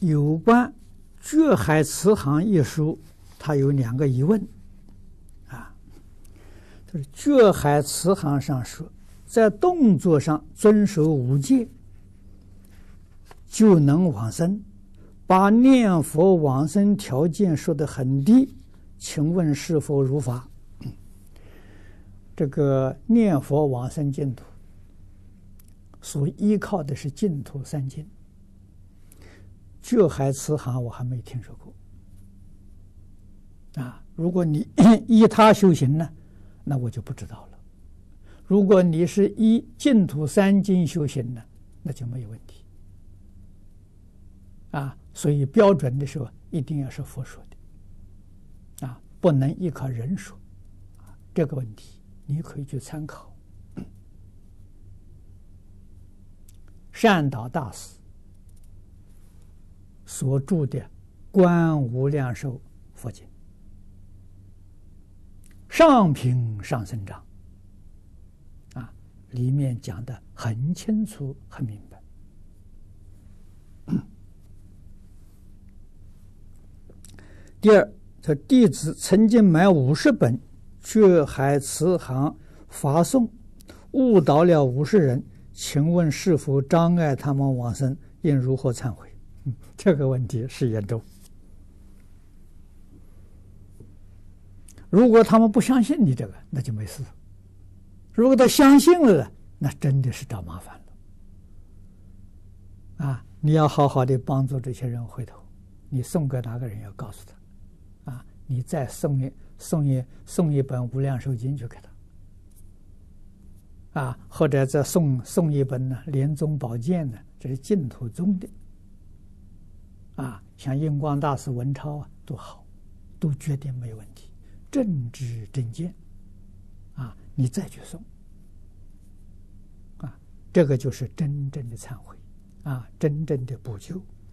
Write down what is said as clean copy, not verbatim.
有关觉海慈航一书，他有2个疑问啊。就是觉海慈航上说，在动作上遵守5戒，就能往生，把念佛往生条件说得很低，请问是否如法？这个念佛往生净土，所依靠的是净土3经。觉海慈航我还没听说过啊。如果你依他修行呢，那我就不知道了。如果你是依净土3经修行呢，那就没有问题啊。所以标准的时候一定要是佛说的啊，不能依靠人说啊。这个问题你可以去参考善导大师所著的《观无量寿佛经》，上品上生章啊，里面讲的很清楚很明白。第二，这弟子曾经买50本觉海慈航法颂，误导了50人，请问是否障碍他们往生？应如何忏悔？这个问题是严重。如果他们不相信你这个，那就没事；如果他相信了，那真的是找麻烦了啊！你要好好的帮助这些人回头，你送给哪个人要告诉他啊！你再送一本《无量寿经》去给他啊，或者再送一本呢《莲宗宝鉴》呢，这是净土宗的啊，像印光大师、文超啊，都好，都决定没有问题，正知正见啊，你再去送啊，这个就是真正的忏悔啊，真正的补救。